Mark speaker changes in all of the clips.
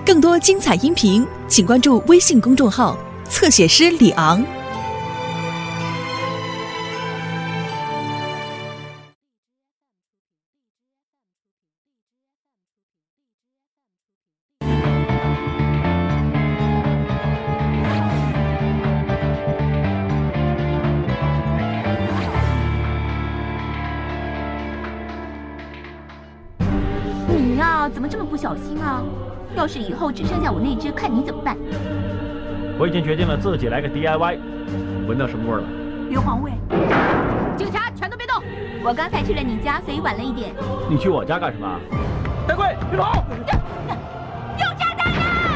Speaker 1: 更多精彩音频，请关注微信公众号“侧写师李昂”。
Speaker 2: 你呀，怎么这么不小心啊？要是以后只剩下我那只，看你怎么办？
Speaker 3: 我已经决定了自己来个 DIY。闻到什么味儿了？
Speaker 2: 硫磺味。警察，全都别动！我刚才去了你家，所以晚了一点。
Speaker 3: 你去我家干什么？戴贵，别跑！
Speaker 2: 有炸弹呀！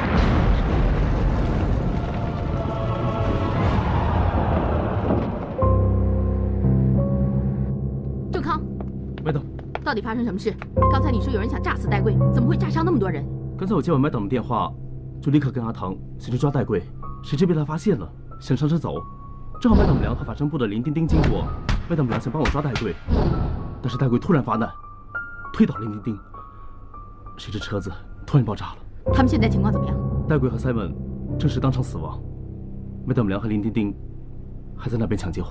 Speaker 2: 郑康，
Speaker 4: 麦董，
Speaker 2: 到底发生什么事？刚才你说有人想炸死戴贵，怎么会炸伤那么多人？
Speaker 4: 刚才我接完麦董的电话，就立刻跟阿唐骑车抓戴贵，谁知被他发现了，想上车走，正好麦董梁和法政部的林丁丁经过，麦董梁想帮我抓戴贵，但是戴贵突然发难，推倒林丁丁，谁知车子突然爆炸了。
Speaker 2: 他们现在情况怎么样？
Speaker 4: 戴贵和 Simon 证实当场死亡，麦董梁和林丁丁还在那边抢救。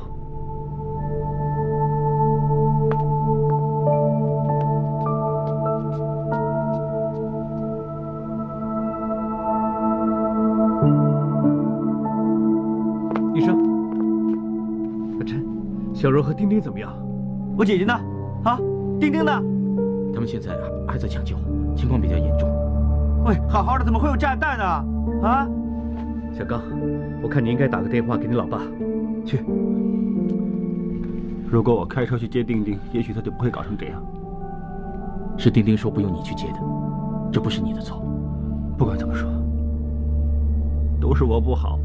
Speaker 5: 医生，阿琛，小柔和丁丁怎么样？
Speaker 3: 我姐姐呢？啊，丁丁呢？
Speaker 5: 他们现在还在抢救，情况比较严重。
Speaker 3: 喂，好好的怎么会有炸弹呢？啊，
Speaker 5: 小刚，我看你应该打个电话给你老爸，去。
Speaker 3: 如果我开车去接丁丁，也许他就不会搞成这样。
Speaker 5: 是丁丁说不用你去接的，这不是你的错。
Speaker 3: 不管怎么说，都是我不好。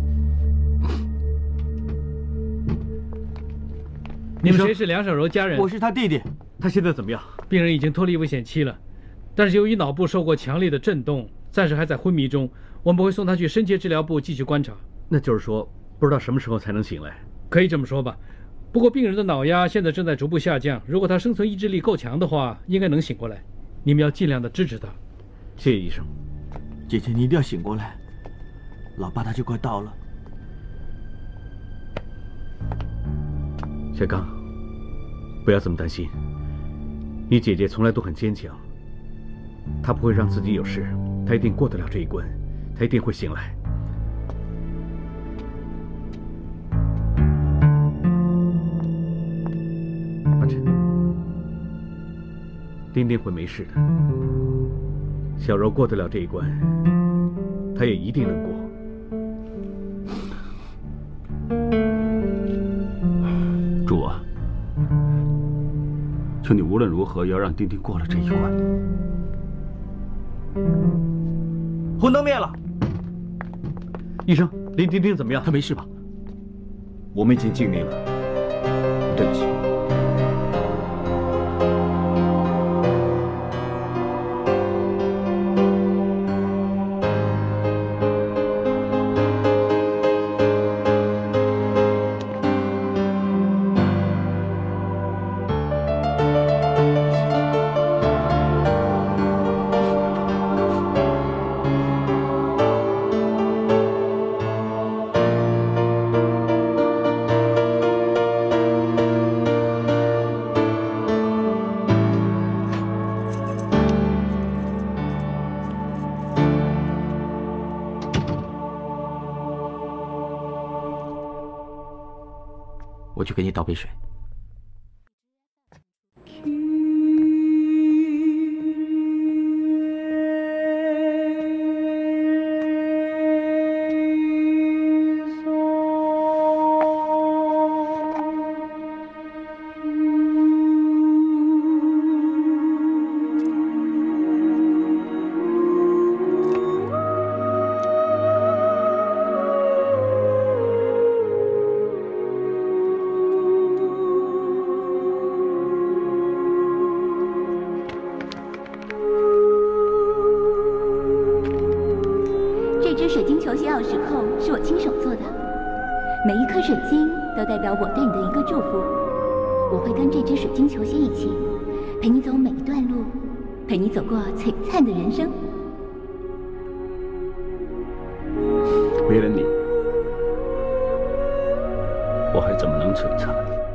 Speaker 6: 你们谁是梁小柔家人？
Speaker 3: 我是他弟弟。
Speaker 5: 他现在怎么样？
Speaker 6: 病人已经脱离危险期了，但是由于脑部受过强烈的震动，暂时还在昏迷中。我们会送他去深切治疗部继续观察。
Speaker 5: 那就是说，不知道什么时候才能醒来。
Speaker 6: 可以这么说吧。不过病人的脑压现在正在逐步下降，如果他生存意志力够强的话，应该能醒过来。你们要尽量的支持他。
Speaker 5: 谢谢医生。
Speaker 3: 姐姐，你一定要醒过来，老爸他就快到了。
Speaker 5: 小刚，不要这么担心。你姐姐从来都很坚强，她不会让自己有事，她一定过得了这一关，她一定会醒来。阿琛，丁丁会没事的，小柔过得了这一关，她也一定能过。
Speaker 3: 主啊，求你无论如何要让丁丁过了这一关。昏灯灭了。
Speaker 5: 医生，林丁丁怎么样？
Speaker 4: 他没事吧？
Speaker 7: 我们已经尽力了，对不起。
Speaker 5: 我去给你倒杯水。
Speaker 2: 水晶球星钥匙扣是我亲手做的，每一颗水晶都代表我对你的一个祝福。我会跟这只水晶球星一起，陪你走每一段路，陪你走过璀璨的人生。
Speaker 7: 为了你，我还怎么能璀璨？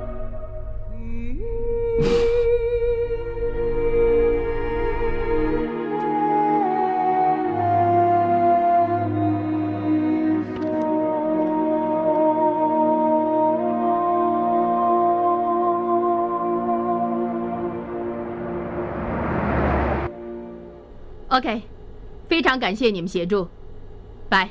Speaker 8: OK， 非常感谢你们协助，拜。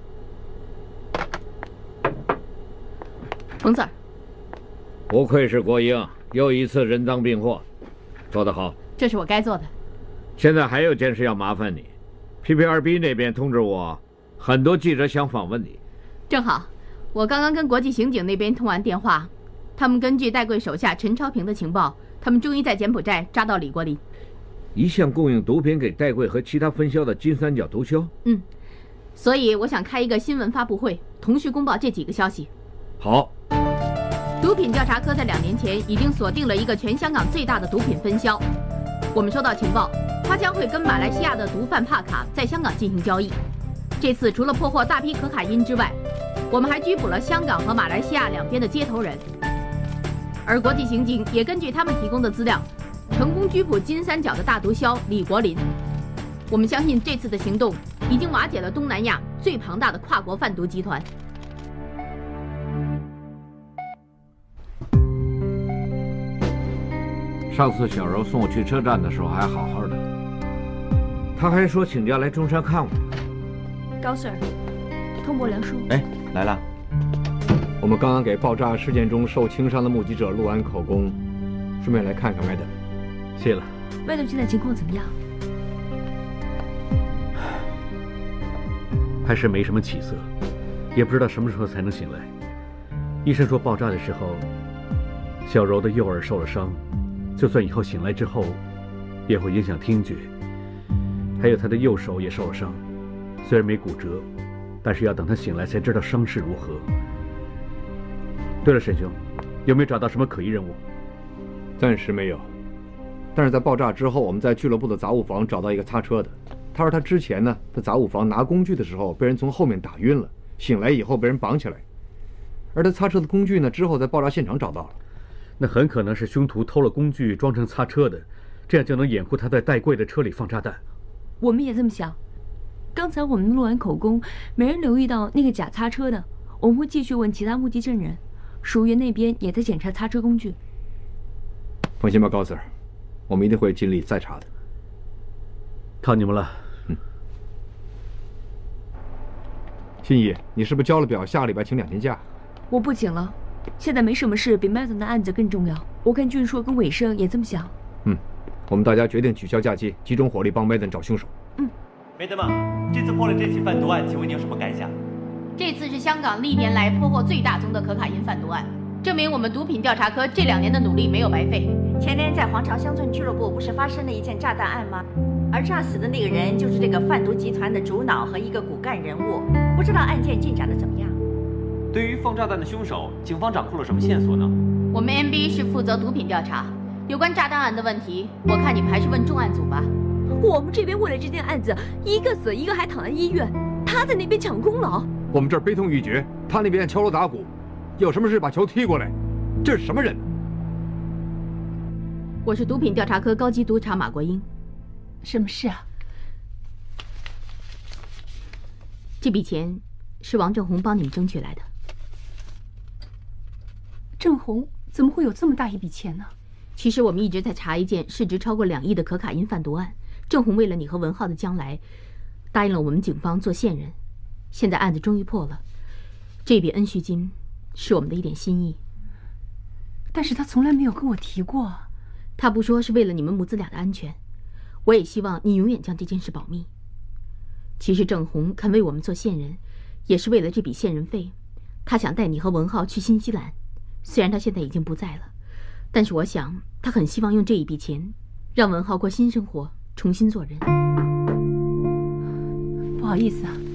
Speaker 8: 冯 Sir，
Speaker 9: 不愧是国英，又一次人赃并获，做得好。
Speaker 8: 这是我该做的。
Speaker 9: 现在还有件事要麻烦你 ，PPRB 那边通知我，很多记者想访问你。
Speaker 8: 正好，我刚刚跟国际刑警那边通完电话，他们根据戴贵手下陈超平的情报，他们终于在柬埔寨抓到李国林。
Speaker 9: 一向供应毒品给戴贵和其他分销的金三角毒枭。
Speaker 8: 所以我想开一个新闻发布会，同时公报这几个消息。
Speaker 9: 好。
Speaker 8: 毒品调查科在2年前已经锁定了一个全香港最大的毒品分销。我们收到情报，他将会跟马来西亚的毒贩帕卡在香港进行交易。这次除了破获大批可卡因之外，我们还拘捕了香港和马来西亚两边的接头人。而国际刑警也根据他们提供的资料，成功拘捕金三角的大毒枭李国林。我们相信这次的行动已经瓦解了东南亚最庞大的跨国贩毒集团。
Speaker 9: 上次小柔送我去车站的时候还好好的，她还说请假来中山看我。
Speaker 10: 高 Sir， 通过梁叔。
Speaker 7: 哎，来了。
Speaker 11: 我们刚刚给爆炸事件中受轻伤的目击者录完口供，顺便来看看 Madam。
Speaker 5: 谢了。
Speaker 10: Madam 现在情况怎么样？
Speaker 5: 还是没什么起色，也不知道什么时候才能醒来。医生说爆炸的时候，小柔的右耳受了伤，就算以后醒来之后，也会影响听觉。还有她的右手也受了伤，虽然没骨折，但是要等她醒来才知道伤势如何。对了，沈兄，有没有找到什么可疑人物？
Speaker 11: 暂时没有，但是在爆炸之后，我们在俱乐部的杂物房找到一个擦车的。他说他之前呢，在杂物房拿工具的时候被人从后面打晕了，醒来以后被人绑起来。而他擦车的工具呢，之后在爆炸现场找到了。
Speaker 5: 那很可能是凶徒偷了工具装成擦车的，这样就能掩护他在戴贵的车里放炸弹。
Speaker 10: 我们也这么想。刚才我们录完口供，没人留意到那个假擦车的，我们会继续问其他目击证人。淑媛那边也在检查擦车工具。
Speaker 11: 放心吧，高 Sir， 我们一定会尽力再查的。
Speaker 5: 靠你们了。
Speaker 11: 心怡，你是不是交了表，下个礼拜请2天假？
Speaker 10: 我不请了，现在没什么事比Madam的案子更重要。我看俊硕跟伟生也这么想。
Speaker 11: 我们大家决定取消假期，集中火力帮Madam找凶手。
Speaker 12: Madam，这次破了这起贩毒案，请问你有什么感想？
Speaker 8: 这次是香港历年来破获最大宗的可卡因贩毒案，证明我们毒品调查科这2年的努力没有白费。
Speaker 13: 前年在皇朝乡村俱乐部不是发生了一件炸弹案吗？而炸死的那个人就是这个贩毒集团的主脑和一个骨干人物，不知道案件进展的怎么样？
Speaker 12: 对于放炸弹的凶手，警方掌控了什么线索呢？
Speaker 8: 我们 MB 是负责毒品调查，有关炸弹案的问题，我看你们还是问重案组吧。
Speaker 10: 我们这边为了这件案子，一个死，一个还躺在医院，他在那边抢功劳。
Speaker 11: 我们这儿悲痛欲绝，他那边敲锣打鼓，有什么事把球踢过来。这是什么人呢？
Speaker 8: 我是毒品调查科高级督察马国英。
Speaker 10: 什么事啊？
Speaker 8: 这笔钱是王正红帮你们争取来的。
Speaker 14: 正红怎么会有这么大一笔钱呢？
Speaker 8: 其实我们一直在查一件市值超过2亿的可卡因贩毒案。正红为了你和文浩的将来，答应了我们警方做线人。现在案子终于破了，这笔恩恤金是我们的一点心意。
Speaker 14: 但是他从来没有跟我提过。
Speaker 8: 他不说是为了你们母子俩的安全，我也希望你永远将这件事保密。其实郑红肯为我们做线人，也是为了这笔线人费。他想带你和文浩去新西兰，虽然他现在已经不在了，但是我想他很希望用这一笔钱，让文浩过新生活，重新做人。
Speaker 14: 不好意思啊，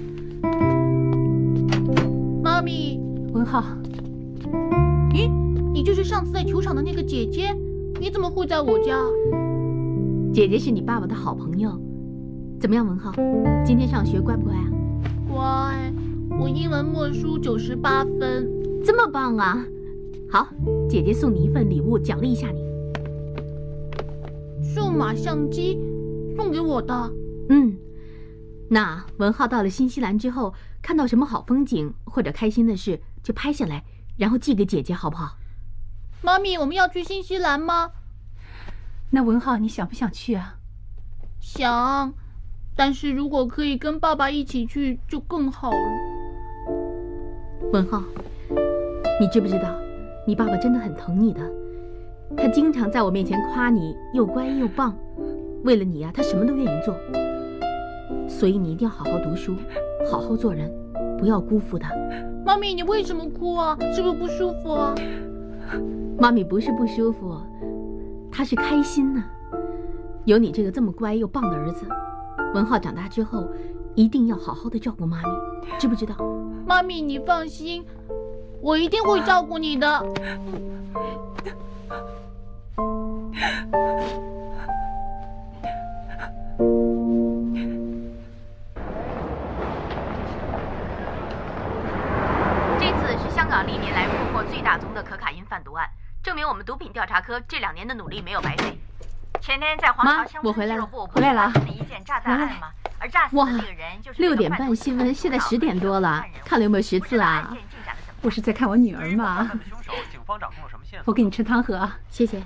Speaker 15: 妈咪。
Speaker 14: 文浩，
Speaker 15: 咦，你就是上次在球场的那个姐姐？你怎么会在我家？
Speaker 8: 姐姐是你爸爸的好朋友。怎么样，文浩？今天上学乖不乖啊？
Speaker 15: 乖。 我英文默书98分，
Speaker 8: 这么棒啊！好，姐姐送你一份礼物，奖励一下你。
Speaker 15: 数码相机，送给我的。
Speaker 8: 那文浩到了新西兰之后，看到什么好风景或者开心的事，就拍下来，然后寄给姐姐，好不好？
Speaker 15: 妈咪，我们要去新西兰吗？
Speaker 14: 那文浩，你想不想去啊？
Speaker 15: 想，但是如果可以跟爸爸一起去，就更好了。
Speaker 8: 文浩，你知不知道，你爸爸真的很疼你的，他经常在我面前夸你又乖又棒，为了你啊，他什么都愿意做。所以你一定要好好读书，好好做人，不要辜负他。
Speaker 15: 妈咪，你为什么哭啊？是不是不舒服啊？
Speaker 8: 妈咪不是不舒服，她是开心呢。有你这个这么乖又棒的儿子，文浩长大之后一定要好好的照顾妈咪，知不知道？
Speaker 15: 妈咪，你放心，我一定会照顾你的。
Speaker 8: 历年来破获最大宗的可卡因贩毒案，证明我们毒品调查科这2年的努力没有白费。
Speaker 13: 前天在黄桥乡村俱乐部
Speaker 8: 回来了，
Speaker 13: 一件炸弹案嘛，而炸死的那个人就是
Speaker 8: 6点半新闻，现在10点多了，看了有没有10次啊？
Speaker 14: 我是在看我女儿嘛。我给你吃汤喝啊，
Speaker 8: 谢谢。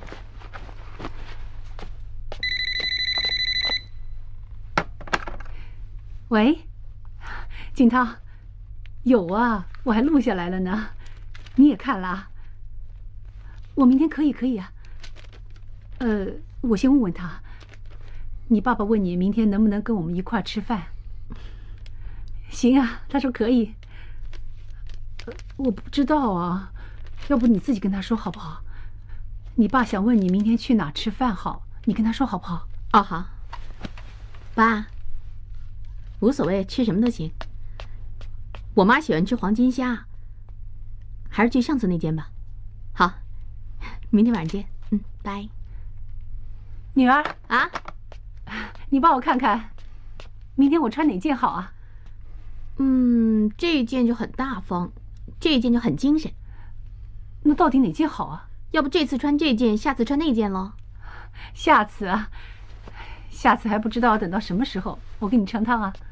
Speaker 14: 喂，景涛，有啊，我还录下来了呢。你也看了啊？我明天可以啊。我先问问他，你爸爸问你明天能不能跟我们一块吃饭？行啊，他说可以。我不知道啊，要不你自己跟他说好不好？你爸想问你明天去哪吃饭好，你跟他说好不好？
Speaker 8: 哦，好。爸，无所谓，吃什么都行。我妈喜欢吃黄金虾，还是去上次那间吧。好，明天晚上见。拜。
Speaker 14: 女儿
Speaker 8: 啊，
Speaker 14: 你帮我看看，明天我穿哪件好啊？
Speaker 8: 这一件就很大方，这一件就很精神。
Speaker 14: 那到底哪件好啊？
Speaker 8: 要不这次穿这件，下次穿那件咯？
Speaker 14: 下次啊，下次还不知道要等到什么时候。我给你盛汤啊。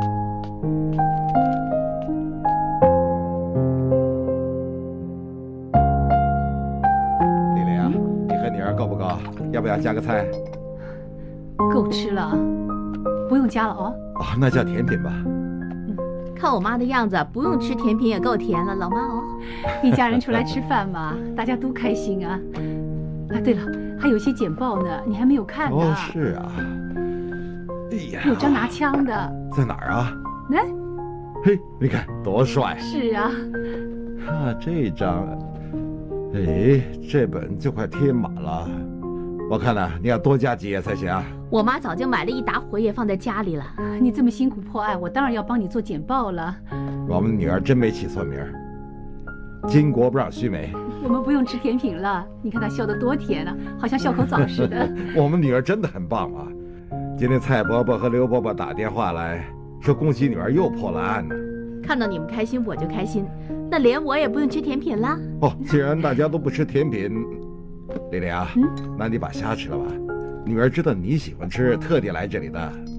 Speaker 16: 丽丽啊，你和女儿够不够？要不要加个菜？
Speaker 14: 够吃了，不用加了哦。
Speaker 16: 哦，那叫甜品吧。
Speaker 8: 看我妈的样子，不用吃甜品也够甜了，老妈哦。
Speaker 14: 一家人出来吃饭嘛，大家都开心啊。啊，对了，还有些简报呢，你还没有看呢。
Speaker 16: 哦，是啊。哎呀，
Speaker 14: 有张拿枪的。
Speaker 16: 在哪儿啊？
Speaker 14: 来。
Speaker 16: 嘿，你看多帅。
Speaker 14: 是啊。
Speaker 16: 啊，这张，哎，这本就快贴满了。我看呢，你要多加几页才行啊。
Speaker 8: 我妈早就买了一沓活页放在家里了。
Speaker 14: 你这么辛苦破案，我当然要帮你做简报了。
Speaker 16: 我们女儿真没起错名儿，巾帼不让须眉。
Speaker 14: 我们不用吃甜品了，你看她笑得多甜啊，好像笑口枣似的。
Speaker 16: 我们女儿真的很棒啊！今天蔡伯伯和刘伯伯打电话来说，恭喜女儿又破了案呢。
Speaker 8: 看到你们开心我就开心，那连我也不用吃甜品啦。
Speaker 16: 哦，既然大家都不吃甜品，丽丽啊，那你把虾吃了吧。女儿知道你喜欢吃，特地来这里的。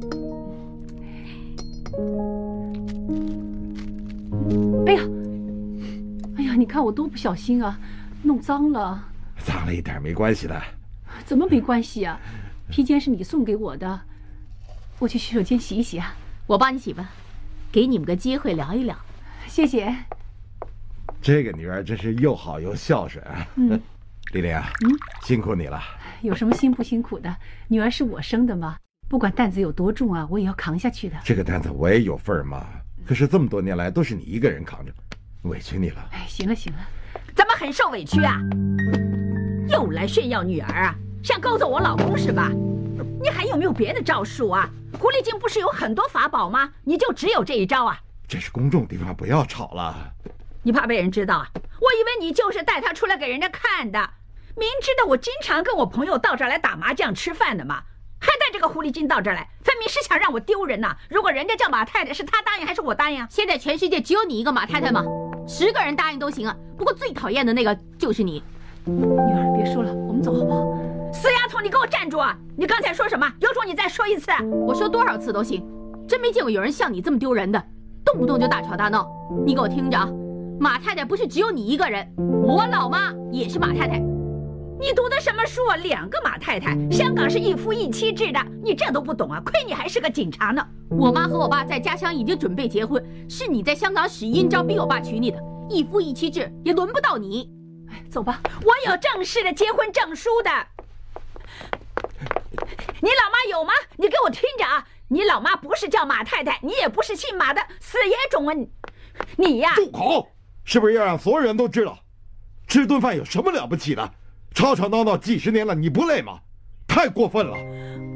Speaker 14: 哎呀，你看我多不小心啊，弄脏了。
Speaker 16: 脏了一点没关系的。
Speaker 14: 怎么没关系啊？披肩是你送给我的，我去洗手间洗一洗啊。
Speaker 8: 我帮你洗吧，给你们个机会聊一聊。
Speaker 14: 谢谢。
Speaker 16: 这个女儿真是又好又孝顺啊。丽丽啊，辛苦你了。
Speaker 14: 有什么辛不辛苦的？女儿是我生的嘛，不管担子有多重啊，我也要扛下去的。
Speaker 16: 这个担子我也有份儿嘛，可是这么多年来都是你一个人扛着，委屈你了。
Speaker 14: 哎，行了行了，
Speaker 17: 怎么很受委屈啊？又来炫耀女儿啊，想勾走我老公是吧？你还有没有别的招数啊？狐狸精不是有很多法宝吗？你就只有这一招啊？
Speaker 16: 这是公众地方，不要吵了。
Speaker 17: 你怕被人知道啊？我以为你就是带他出来给人家看的。明知道我经常跟我朋友到这儿来打麻将吃饭的嘛，还带这个狐狸精到这儿来，分明是想让我丢人呐！如果人家叫马太太，是他答应还是我答应？
Speaker 8: 现在全世界只有你一个马太太吗？10个人答应都行啊。不过最讨厌的那个就是你。
Speaker 14: 女儿，别说了，我们走好不好？
Speaker 17: 死丫头，你给我站住啊！你刚才说什么？有种你再说一次！
Speaker 8: 我说多少次都行，真没见过有人像你这么丢人的，动不动就大吵大闹。你给我听着啊，马太太不是只有你一个人，我老妈也是马太太。
Speaker 17: 你读的什么书啊？2个马太太，香港是一夫一妻制的，你这都不懂啊？亏你还是个警察呢！
Speaker 8: 我妈和我爸在家乡已经准备结婚，是你在香港使阴招逼我爸娶你的，一夫一妻制也轮不到你。
Speaker 14: 走吧，
Speaker 17: 我有正式的结婚证书的。你老妈有吗？你给我听着啊！你老妈不是叫马太太，你也不是姓马的，死野种啊！你呀！
Speaker 16: 住口！是不是要让所有人都知道？吃顿饭有什么了不起的？吵吵闹闹几10年了，你不累吗？太过分了！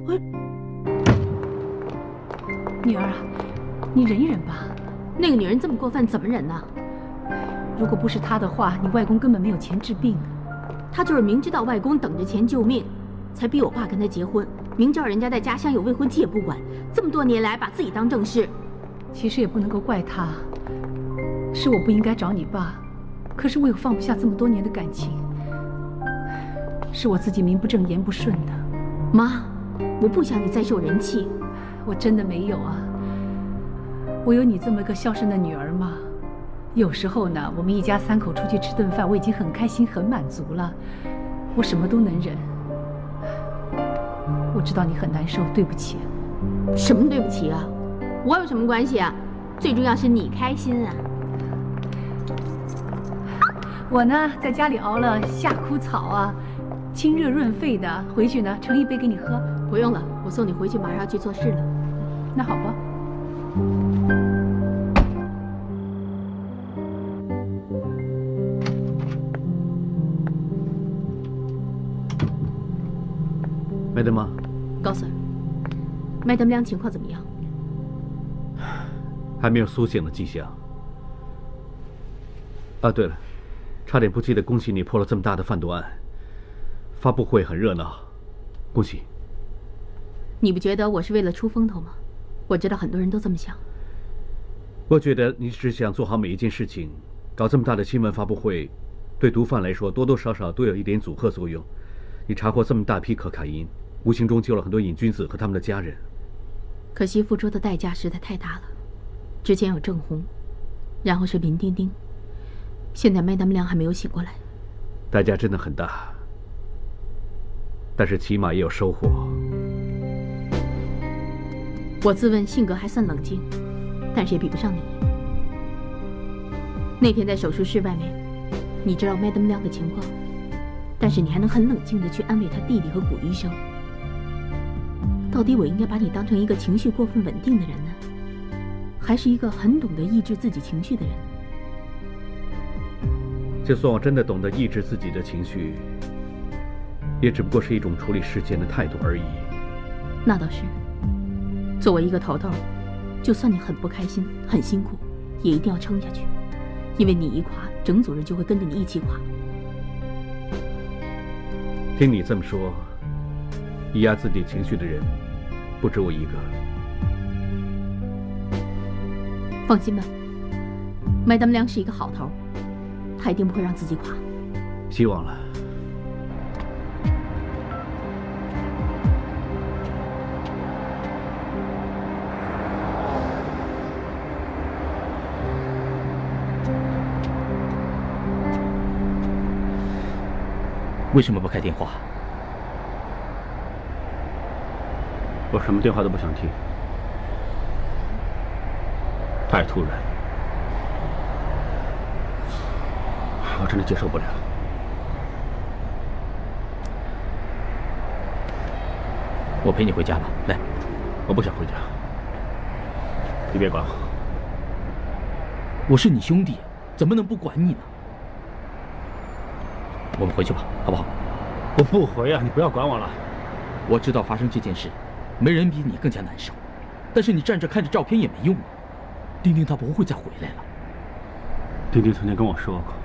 Speaker 14: 女儿啊，你忍一忍吧。
Speaker 8: 那个女人这么过分，怎么忍呢？
Speaker 14: 如果不是她的话，你外公根本没有钱治病。
Speaker 8: 她就是明知道外公等着钱救命，才逼我爸跟她结婚。明知道人家在家乡有未婚妻也不管，这么多年来把自己当正室。
Speaker 14: 其实也不能够怪她，是我不应该找你爸，可是我又放不下这么多年的感情，是我自己名不正言不顺的。
Speaker 8: 妈，我不想你再受人气。
Speaker 14: 我真的没有啊。我有你这么个孝顺的女儿吗？有时候呢，我们一家3口出去吃顿饭，我已经很开心很满足了，我什么都能忍。我知道你很难受，对不起。
Speaker 8: 什么对不起啊？我有什么关系啊？最重要是你开心啊。
Speaker 14: 我呢，在家里熬了夏枯草啊，清热润肺的，回去呢盛一杯给你喝。
Speaker 8: 不用了，我送你回去，马上要去做事了。
Speaker 14: 那好吧。
Speaker 5: 麦德妈，
Speaker 8: 高 Sir， 麦德良情况怎么样？
Speaker 5: 还没有苏醒的迹象。啊，对了，差点不记得恭喜你破了这么大的贩毒案，发布会很热闹，恭喜。
Speaker 8: 你不觉得我是为了出风头吗？我知道很多人都这么想。
Speaker 5: 我觉得你只想做好每一件事情，搞这么大的新闻发布会，对毒贩来说多多少少都有一点阻吓作用。你查获这么大批可卡因，无形中救了很多瘾君子和他们的家人。
Speaker 8: 可惜付出的代价实在太大了。之前有郑红，然后是林丁丁，现在麦当良还没有醒过来。
Speaker 5: 代价真的很大，但是起码也有收获。
Speaker 8: 我自问性格还算冷静，但是也比不上你。那天在手术室外面，你知道麦当良的情况，但是你还能很冷静地去安慰他弟弟和古医生。到底我应该把你当成一个情绪过分稳定的人呢，还是一个很懂得抑制自己情绪的人？
Speaker 5: 就算我真的懂得抑制自己的情绪，也只不过是一种处理事件的态度而已。
Speaker 8: 那倒是。作为一个头头，就算你很不开心、很辛苦，也一定要撑下去，因为你一垮，整组人就会跟着你一起垮。
Speaker 5: 听你这么说，抑压自己情绪的人不止我一个。
Speaker 8: 放心吧，麦当良是一个好头，他一定不会让自己垮。
Speaker 5: 希望了。
Speaker 18: 为什么不开电话？
Speaker 4: 我什么电话都不想听，太突然，我真的接受不了。
Speaker 18: 我陪你回家吧，来。
Speaker 4: 我不想回家，你别管我。
Speaker 18: 我是你兄弟，怎么能不管你呢？我们回去吧，好不好？
Speaker 4: 我不回啊！你不要管我了。
Speaker 18: 我知道发生这件事，没人比你更加难受，但是你站着看着照片也没用啊。丁丁他不会再回来了。
Speaker 4: 丁丁曾经跟我说过，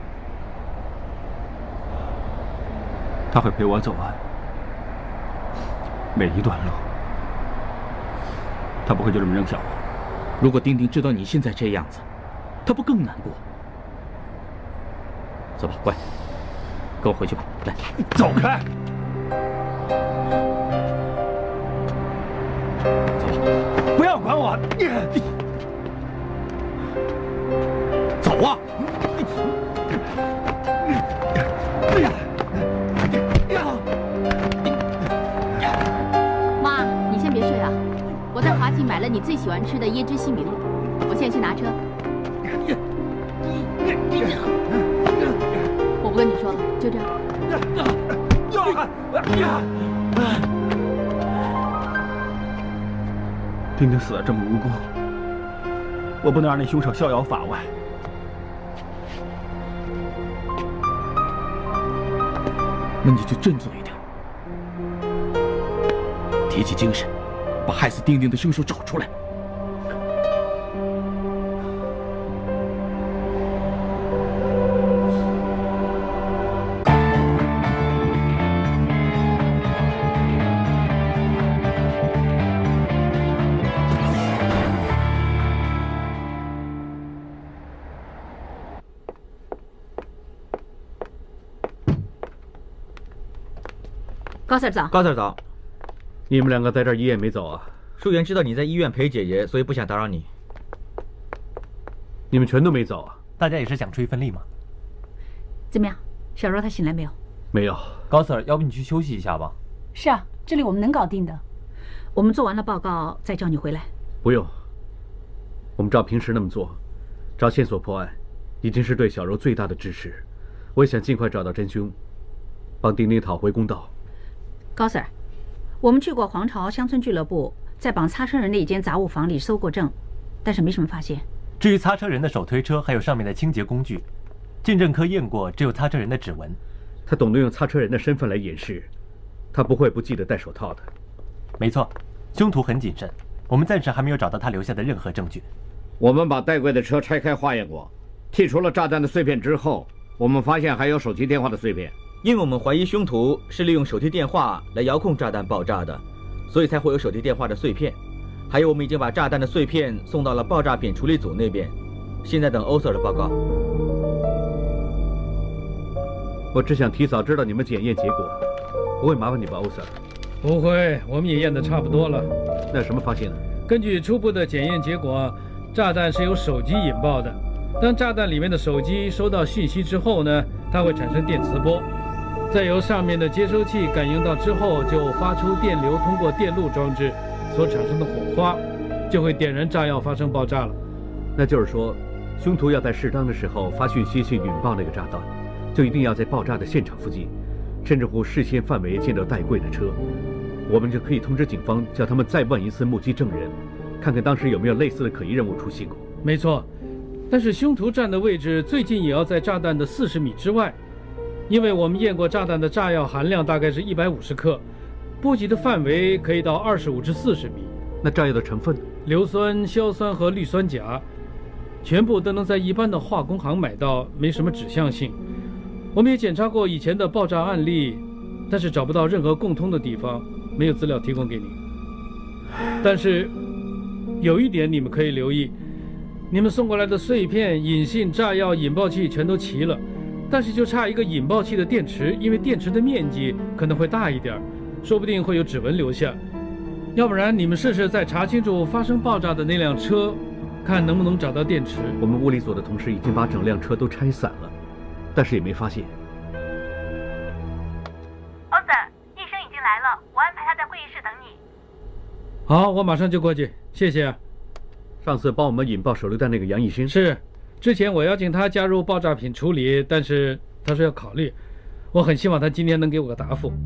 Speaker 4: 他会陪我走完每一段路。
Speaker 3: 他不会就这么扔下我。
Speaker 18: 如果丁丁知道你现在这样子，他不更难过？走吧，乖，跟我回去吧。来，
Speaker 3: 走开！
Speaker 18: 走吧，
Speaker 3: 不要管我！走啊！
Speaker 8: 妈，你先别睡啊，我在华记买了你最喜欢吃的椰汁西米露，我现在去拿车。我不跟你说了，就这样。
Speaker 3: 丁丁死得这么无辜，我不能让那凶手逍遥法外。
Speaker 18: 那你就振作一点，提起精神，把害死丁丁的凶手找出来。
Speaker 17: 高 Sir 早，
Speaker 5: 高 Sir 早。你们两个在这儿一夜没走啊？
Speaker 19: 淑媛知道你在医院陪姐姐，所以不想打扰你。
Speaker 5: 你们全都没走啊？
Speaker 12: 大家也是想出一份力嘛。
Speaker 17: 怎么样，小柔她醒来没有？
Speaker 5: 没有。
Speaker 12: 高 Sir， 要不你去休息一下吧？
Speaker 14: 是啊，这里我们能搞定的。
Speaker 17: 我们做完了报告再叫你回来。
Speaker 5: 不用，我们照平时那么做，找线索破案，已经是对小柔最大的支持。我也想尽快找到真凶，帮丁丁讨回公道。
Speaker 17: 高 Sir， 我们去过黄巢乡村俱乐部，在绑擦车人的一间杂物房里搜过证，但是没什么发现。
Speaker 12: 至于擦车人的手推车，还有上面的清洁工具，鉴证科验过，只有擦车人的指纹。
Speaker 5: 他懂得用擦车人的身份来掩饰，他不会不记得戴手套的。
Speaker 12: 没错，凶徒很谨慎，我们暂时还没有找到他留下的任何证据。
Speaker 9: 我们把戴贵的车拆开化验过，剔除了炸弹的碎片之后，我们发现还有手机电话的碎片。
Speaker 19: 因为我们怀疑凶徒是利用手提电话来遥控炸弹爆炸的，所以才会有手提电话的碎片。还有，我们已经把炸弹的碎片送到了爆炸品处理组那边，现在等欧 Sir 的报告。
Speaker 5: 我只想提早知道你们检验结果，不会麻烦你吧，欧 Sir？
Speaker 6: 不会，我们也验得差不多了。
Speaker 5: 那有什么发现呢？
Speaker 6: 根据初步的检验结果，炸弹是由手机引爆的。当炸弹里面的手机收到讯息之后呢，它会产生电磁波。再由上面的接收器感应到之后，就发出电流，通过电路装置所产生的火花，就会点燃炸药，发生爆炸了。
Speaker 5: 那就是说，凶徒要在适当的时候发讯息去引爆那个炸弹，就一定要在爆炸的现场附近，甚至乎视线范围见到戴贵的车，我们就可以通知警方，叫他们再问一次目击证人，看看当时有没有类似的可疑任务出现过。
Speaker 6: 没错，但是凶徒站的位置最近也要在炸弹的40米之外。因为我们验过炸弹的炸药含量大概是150克，波及的范围可以到25至40米。
Speaker 5: 那炸药的成分？
Speaker 6: 硫酸、硝酸和氯酸钾，全部都能在一般的化工行买到，没什么指向性。我们也检查过以前的爆炸案例，但是找不到任何共通的地方，没有资料提供给你。但是有一点你们可以留意，你们送过来的碎片、引信、炸药、引爆器全都齐了。但是就差一个引爆器的电池，因为电池的面积可能会大一点，说不定会有指纹留下。要不然你们试试再查清楚发生爆炸的那辆车，看能不能找到电池。
Speaker 5: 我们物理所的同事已经把整辆车都拆散了，但是也没发现。
Speaker 20: 欧 Sir， 医生已经来了，我安排他在会议室等你。
Speaker 6: 好，我马上就过去，谢谢。
Speaker 5: 上次帮我们引爆手榴弹那个杨义兴
Speaker 6: 是。之前我邀请他加入爆炸品处理，但是他说要考虑。我很希望他今天能给我个答复。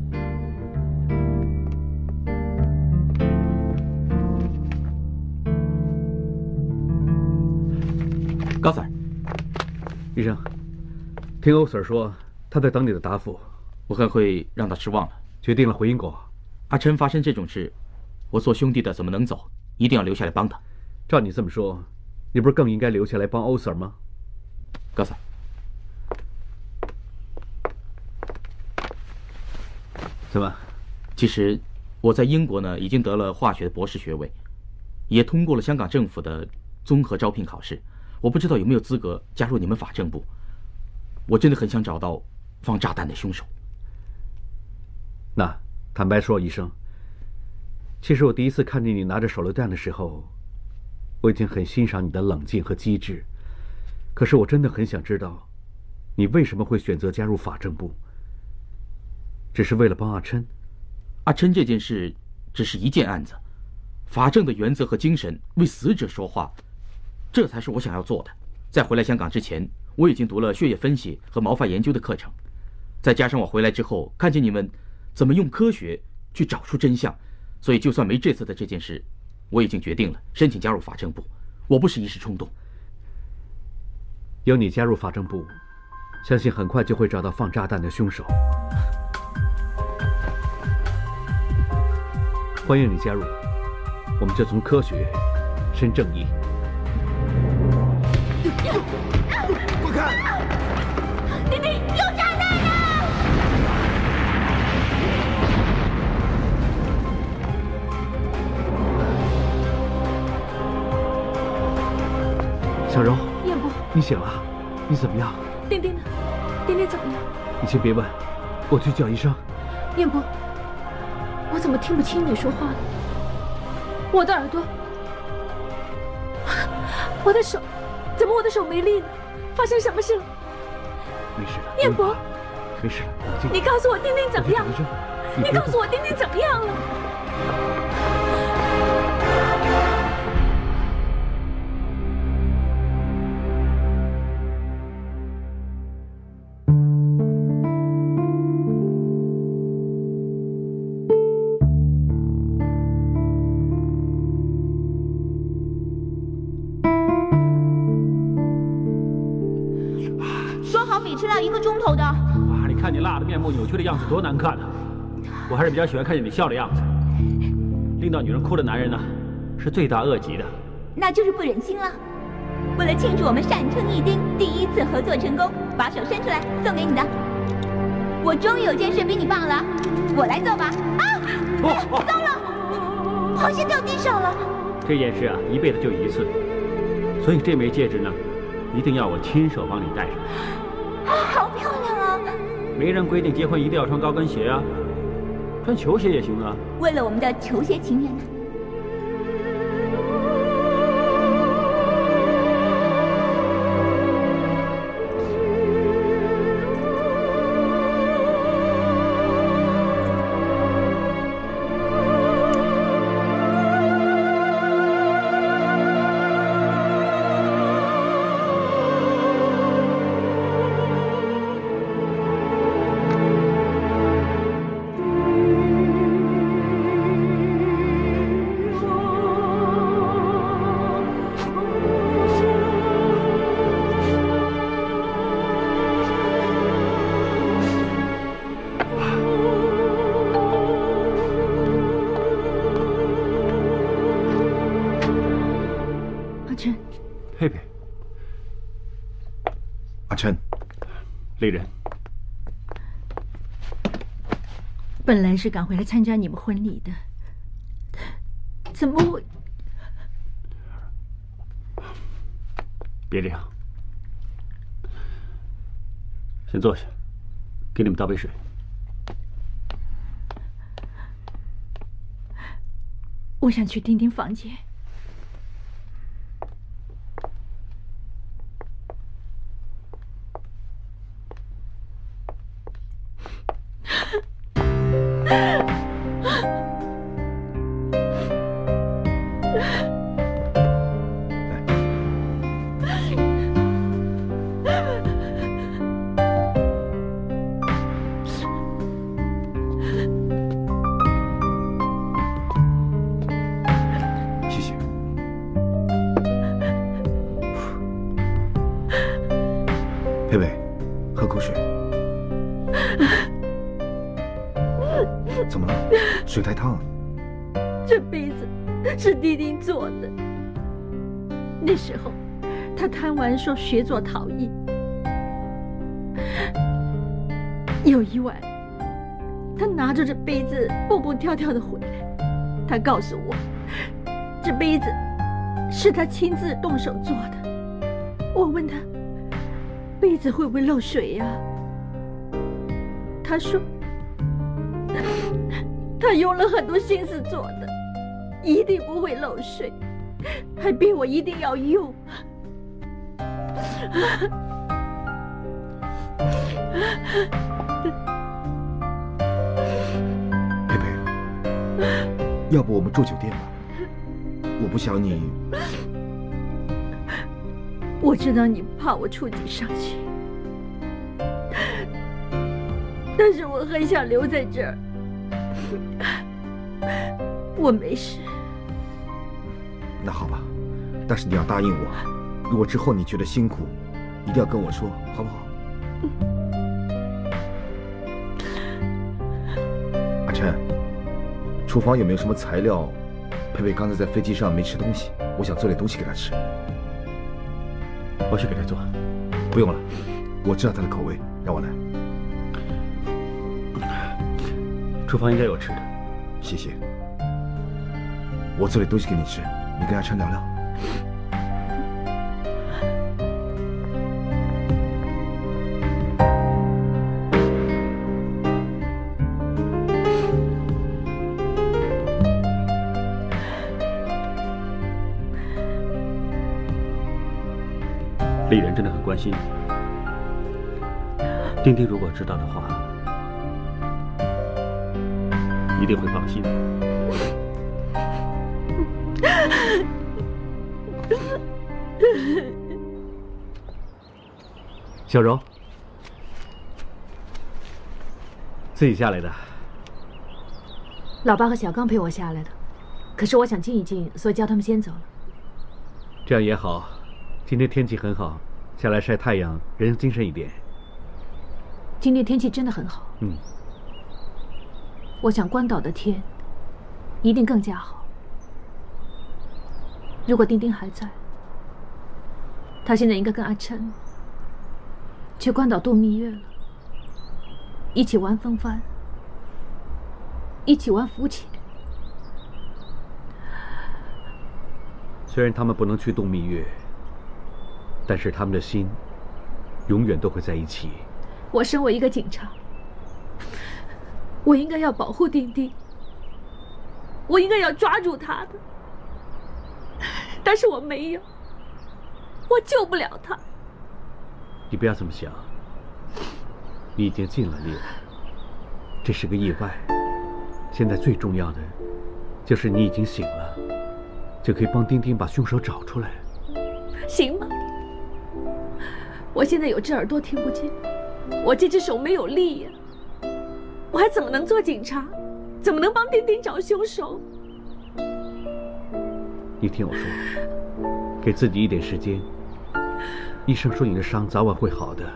Speaker 18: 高 Sir，
Speaker 5: 医生，听欧 Sir 说他在等你的答复，
Speaker 18: 我看会让他失望了。
Speaker 5: 决定了回英国。
Speaker 18: 阿琛发生这种事，我做兄弟的怎么能走？一定要留下来帮他。
Speaker 5: 照你这么说，你不是更应该留下来帮欧 Sir 吗？
Speaker 18: 高 Sir，
Speaker 5: 怎么？
Speaker 18: 其实我在英国呢，已经得了化学的博士学位。 也通过了香港政府的综合招聘考试。我不知道有没有资格加入你们法政部。我真的很想找到放炸弹的凶手。
Speaker 5: 那坦白说，医生，其实我第一次看见你拿着手榴弹的时候，我已经很欣赏你的冷静和机智。可是我真的很想知道，你为什么会选择加入法政部？只是为了帮阿琛？
Speaker 18: 阿琛这件事只是一件案子，法政的原则和精神，为死者说话，这才是我想要做的。在回来香港之前，我已经读了血液分析和毛发研究的课程，再加上我回来之后看见你们怎么用科学去找出真相，所以就算没这次的这件事，我已经决定了申请加入法政部。我不是一时冲动。
Speaker 5: 有你加入法政部，相信很快就会找到放炸弹的凶手。欢迎你加入，我们就从科学伸正义。
Speaker 16: 快看！
Speaker 15: 丁丁，有炸弹了！
Speaker 5: 小柔，
Speaker 10: 燕波，
Speaker 5: 你醒了？你怎么样？
Speaker 10: 丁丁呢？丁丁怎么样？
Speaker 5: 你先别问，我去叫医生。
Speaker 10: 燕波，我怎么听不清你说话了？我的耳朵，我的手，怎么我的手没力呢？发生什么事了？
Speaker 5: 没事的，
Speaker 10: 燕博，
Speaker 5: 没事了，
Speaker 10: 你告诉我丁丁怎么样？你告诉我丁丁怎么样了？
Speaker 20: 吃了1个钟头的。
Speaker 3: 哇，你看你辣的面目扭曲的样子多难看啊！我还是比较喜欢看见你笑的样子。令到女人哭的男人呢，是罪大恶极的。
Speaker 2: 那就是不忍心了。为了庆祝我们善称一丁第1次合作成功，把手伸出来送给你的。我终于有件事比你棒了，我来做吧。啊！糟了，好像掉地上了。
Speaker 3: 这件事啊，一辈子就一次，所以这枚戒指呢，一定要我亲手帮你戴上。
Speaker 2: 好漂亮啊！
Speaker 3: 没人规定结婚一定要穿高跟鞋啊，穿球鞋也行啊。
Speaker 2: 为了我们的球鞋情缘呢。
Speaker 3: 佩佩，
Speaker 7: 阿琛，
Speaker 3: 丽人，
Speaker 17: 本来是赶回来参加你们婚礼的，怎么会？
Speaker 3: 别这样，先坐下，给你们倒杯水。
Speaker 17: 我想去丁丁房间。
Speaker 7: 佩佩，喝口水。怎么了？水太烫了。
Speaker 17: 这杯子是丁丁做的。那时候，他贪玩说学做陶艺。有一晚，他拿着这杯子蹦蹦跳跳的回来，他告诉我，
Speaker 21: 这杯子是他亲自动手做的。我问他杯子会不会漏水呀？他说他用了很多心思做的，一定不会漏水，还逼我一定要用。
Speaker 22: 佩佩，要不我们住酒店吧？我不想你。
Speaker 21: 我知道你怕我触景伤情，但是我很想留在这儿。我没事。
Speaker 22: 那好吧，但是你要答应我，如果之后你觉得辛苦，一定要跟我说，好不好？阿琛，厨房有没有什么材料？佩佩刚才在飞机上没吃东西，我想做点东西给她吃。
Speaker 4: 我去给她做。
Speaker 22: 不用了，我知道她的口味，让我来。
Speaker 4: 厨房应该有吃的。
Speaker 22: 谢谢。我做点东西给你吃，你跟阿琛聊聊。
Speaker 4: 丽人真的很关心你。丁丁如果知道的话，一定会放心的。
Speaker 5: 小柔，自己下来的。
Speaker 14: 老爸和小刚陪我下来的，可是我想静一静，所以叫他们先走了。
Speaker 5: 这样也好，今天天气很好，下来晒太阳，人精神一点。
Speaker 14: 今天天气真的很好。
Speaker 5: 嗯。
Speaker 14: 我想关岛的天一定更加好。如果丁丁还在，他现在应该跟阿琛去关岛度蜜月了，一起玩风帆，一起玩浮潜。
Speaker 5: 虽然他们不能去度蜜月，但是他们的心永远都会在一起。
Speaker 14: 我身为一个警察，我应该要保护丁丁，我应该要抓住他的，但是我没有，我救不了他。
Speaker 5: 你不要这么想，你已经尽了力了，这是个意外。现在最重要的就是你已经醒了，就可以帮丁丁把凶手找出来。
Speaker 14: 行吗？我现在有只耳朵听不见，我这只手没有力呀，我还怎么能做警察？怎么能帮丁丁找凶手？
Speaker 5: 你听我说，给自己一点时间。医生说你的伤早晚会好的。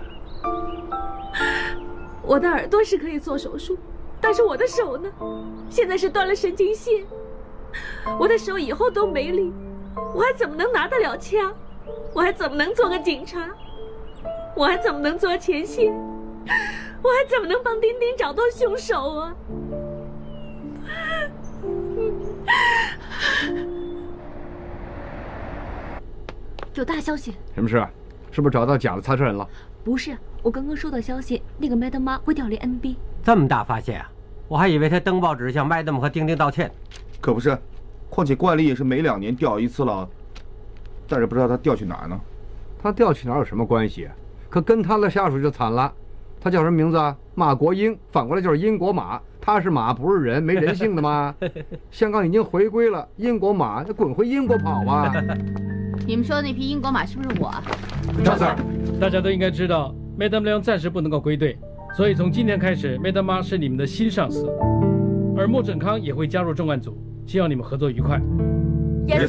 Speaker 14: 我的耳朵是可以做手术，但是我的手呢？现在是断了神经线，我的手以后都没力，我还怎么能拿得了枪？我还怎么能做个警察？我还怎么能做前线？我还怎么能帮丁丁找到凶手啊？有大消息！
Speaker 11: 什么事？是不是找到假的擦车人了？
Speaker 10: 不是，我刚刚收到消息，那个 Madam 妈会调离 NB。
Speaker 23: 这么大发现啊！我还以为他登报纸向 Madam 和丁丁道歉。
Speaker 22: 可不是，况且惯例也是每2年调一次了，但是不知道他调去哪儿呢。
Speaker 11: 他调去哪儿有什么关系？可跟他的下属就惨了。他叫什么名字啊？马国英，反过来就是英国马。他是马不是人，没人性的吗？香港已经回归了，英国马那滚回英国跑吧。
Speaker 8: 你们说的那匹英国马是不是我啊？
Speaker 6: 赵 Sir， 大家都应该知道 ，Madam 梁暂时不能够归队，所以从今天开始 ，Madam 妈是你们的新上司，而莫振康也会加入重案组，希望你们合作愉快。
Speaker 8: Yes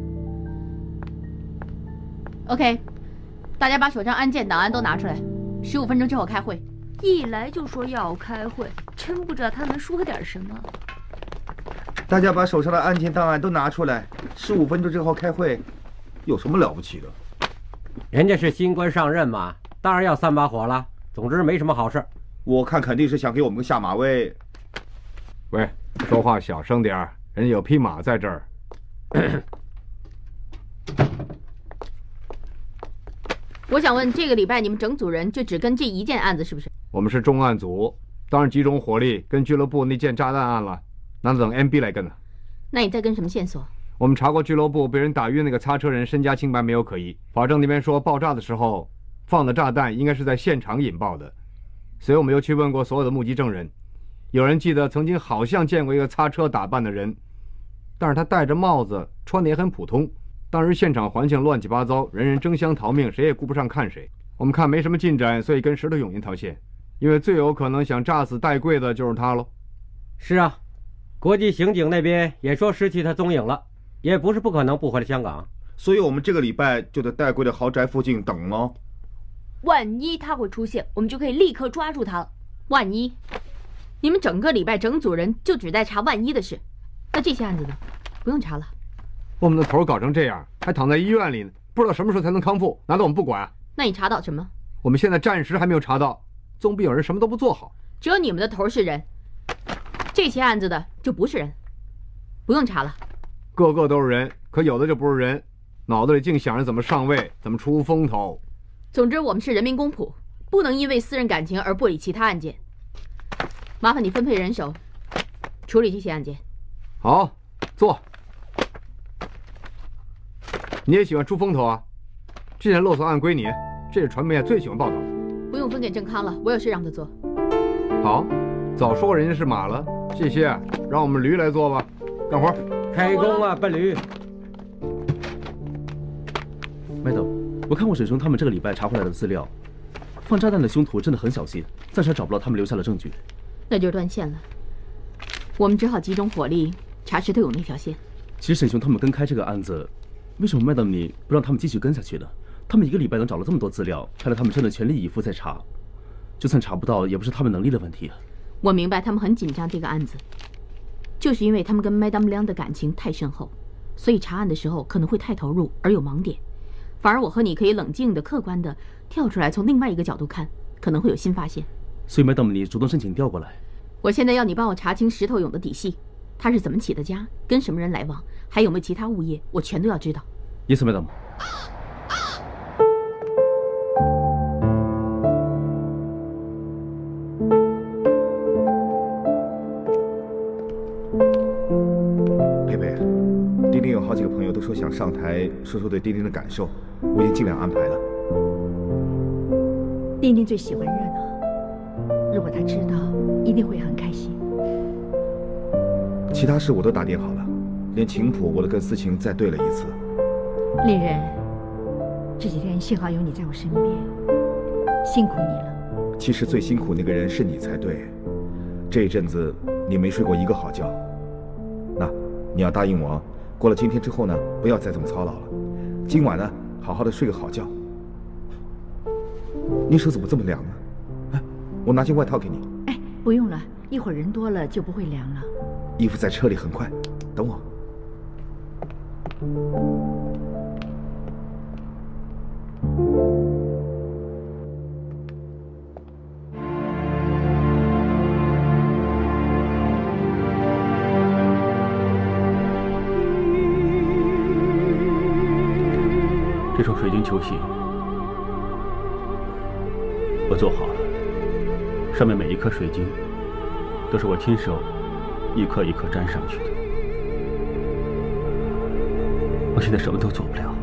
Speaker 8: sir。OK， 大家把手上案件档案都拿出来，15分钟之后开会。
Speaker 10: 一来就说要开会，真不知道他能说点什么。
Speaker 22: 大家把手上的案件档案都拿出来，15分钟之后开会。有什么了不起的？
Speaker 23: 人家是新官上任嘛，当然要3把火了。总之没什么好事。
Speaker 22: 我看肯定是想给我们个下马威。
Speaker 11: 喂，说话小声点儿，人家有匹马在这儿。
Speaker 8: 我想问，这个礼拜你们整组人就只跟这一件案子是不是？
Speaker 11: 我们是重案组，当然集中火力跟俱乐部那件炸弹案了，那等 MB 来跟呢。
Speaker 8: 那你在跟什么线索？
Speaker 11: 我们查过俱乐部被人打晕那个擦车人身家清白没有可疑，法证那边说爆炸的时候放的炸弹应该是在现场引爆的，所以我们又去问过所有的目击证人，有人记得曾经好像见过一个擦车打扮的人，但是他戴着帽子，穿的也很普通。当时现场环境乱七八糟，人人争相逃命，谁也顾不上看谁。我们看没什么进展，所以跟石头勇一条线，因为最有可能想炸死戴贵的就是他喽。
Speaker 23: 是啊，国际刑警那边也说失去他踪影了，也不是不可能不回来香港，
Speaker 22: 所以我们这个礼拜就在戴贵的豪宅附近等喽。
Speaker 10: 万一他会出现，我们就可以立刻抓住他了。
Speaker 8: 万一，你们整个礼拜整组人就只在查万一的事，那这些案子呢？不用查了。
Speaker 11: 我们的头搞成这样，还躺在医院里呢，不知道什么时候才能康复，难道我们不管？
Speaker 8: 那你查到什么？
Speaker 11: 我们现在暂时还没有查到，总比有人什么都不做好。
Speaker 8: 只有你们的头是人，这些案子的就不是人，不用查了。
Speaker 11: 个个都是人，可有的就不是人，脑子里净想着怎么上位，怎么出风头。
Speaker 8: 总之，我们是人民公仆，不能因为私人感情而不理其他案件。麻烦你分配人手，处理这些案件。
Speaker 11: 好，坐。你也喜欢出风头啊？这件勒索案归你，这是传媒最喜欢报道。
Speaker 8: 不用分给郑康了，我有事让他做。
Speaker 11: 好，早说人家是马了，这些让我们驴来做吧，干活。
Speaker 23: 开工啊，笨驴。
Speaker 4: Madam， 我看过沈兄他们这个礼拜查回来的资料，放炸弹的凶徒真的很小心，暂时找不到他们留下的证据。
Speaker 8: 那就断线了，我们只好集中火力查石头勇那条线。
Speaker 4: 其实沈兄他们跟开这个案子，为什么 Madam 你不让他们继续跟下去呢？他们一个礼拜能找了这么多资料，看来他们真的全力以赴在查，就算查不到，也不是他们能力的问题啊。
Speaker 8: 我明白他们很紧张这个案子，就是因为他们跟 Madam 梁的感情太深厚，所以查案的时候可能会太投入而有盲点。反而我和你可以冷静的、客观的跳出来，从另外一个角度看，可能会有新发现。
Speaker 4: 所以 Madam 你主动申请调过来。
Speaker 8: 我现在要你帮我查清石头勇的底细，他是怎么起的家，跟什么人来往，还有没有其他物业，我全都要知道。
Speaker 4: Yes, Madam。
Speaker 22: 佩佩，丁丁有好几个朋友都说想上台说说对丁丁的感受，我已经尽量安排了。
Speaker 21: 丁丁最喜欢热闹，如果他知道，一定会很开心。
Speaker 22: 其他事我都打点好了，连琴谱我都跟思琴再对了一次。
Speaker 21: 丽人，这几天幸好有你在我身边，辛苦你了。
Speaker 22: 其实最辛苦那个人是你才对，这一阵子你没睡过一个好觉。那你要答应我，过了今天之后呢，不要再这么操劳了。今晚呢，好好的睡个好觉。你手怎么这么凉呢？哎，我拿件外套给你。
Speaker 21: 哎，不用了，一会儿人多了就不会凉了。
Speaker 22: 衣服在车里，很快，等我。
Speaker 3: 这双水晶球鞋我做好了，上面每一颗水晶都是我亲手一颗一颗粘上去的。我现在什么都做不了，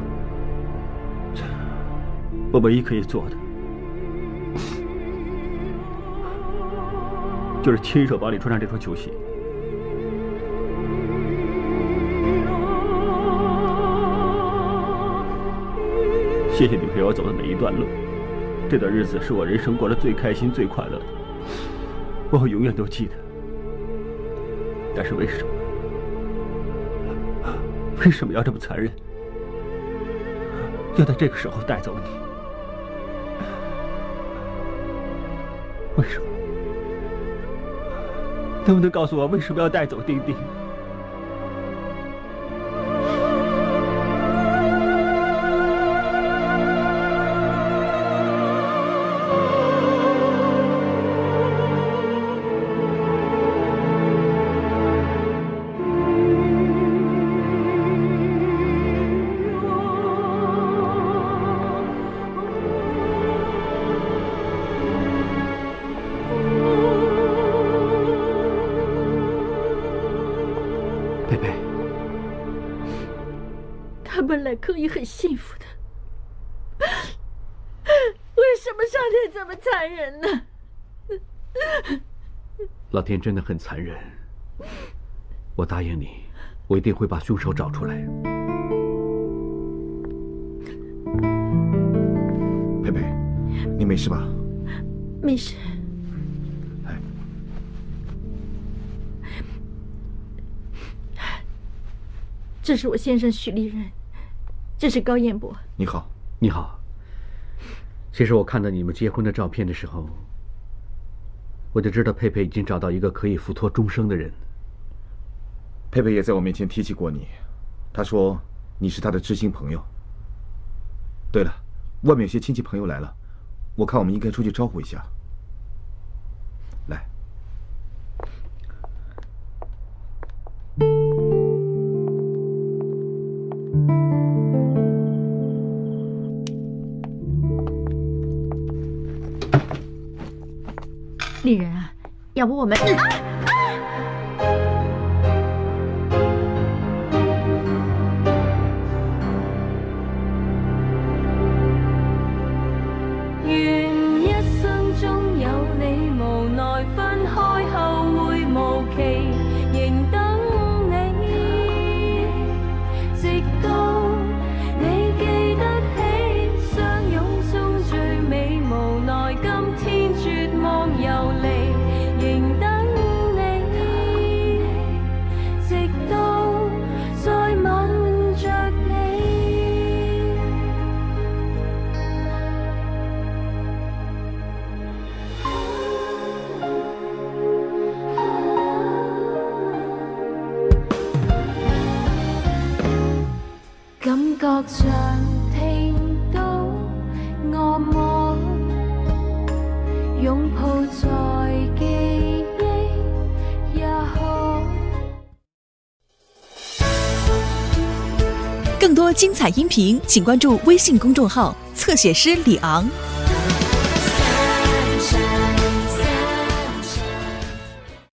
Speaker 3: 我唯一可以做的就是亲手帮你穿上这双球鞋。谢谢你陪我走的每一段路，这段日子是我人生过得最开心、最快乐的，我会永远都记得。但是为什么要这么残忍，要在这个时候带走你？为什么？能不能告诉我为什么要带走丁丁？
Speaker 21: 本来可以很幸福的，为什么上天这么残忍呢？
Speaker 5: 老天真的很残忍。我答应你，我一定会把凶手找出来。
Speaker 22: 佩佩，你没事吧？
Speaker 21: 没事。这是我先生许立人，这是高彦博。
Speaker 22: 你好，
Speaker 5: 你好。其实我看到你们结婚的照片的时候，我就知道佩佩已经找到一个可以付托终生的人。
Speaker 22: 佩佩也在我面前提起过你，她说你是她的知心朋友。对了，外面有些亲戚朋友来了，我看我们应该出去招呼一下。来。
Speaker 21: 丽人啊，要不我们……
Speaker 1: 願一生中有你，無奈分開後會無期，仍等你，直到你記得起相擁中最美，無奈今天絕望遊離，仍等你，直到再吻着你。感覺像聽到惡魔擁抱在記憶也可。
Speaker 12: 更多精彩音频，请关注微信公众号“侧写师李昂”。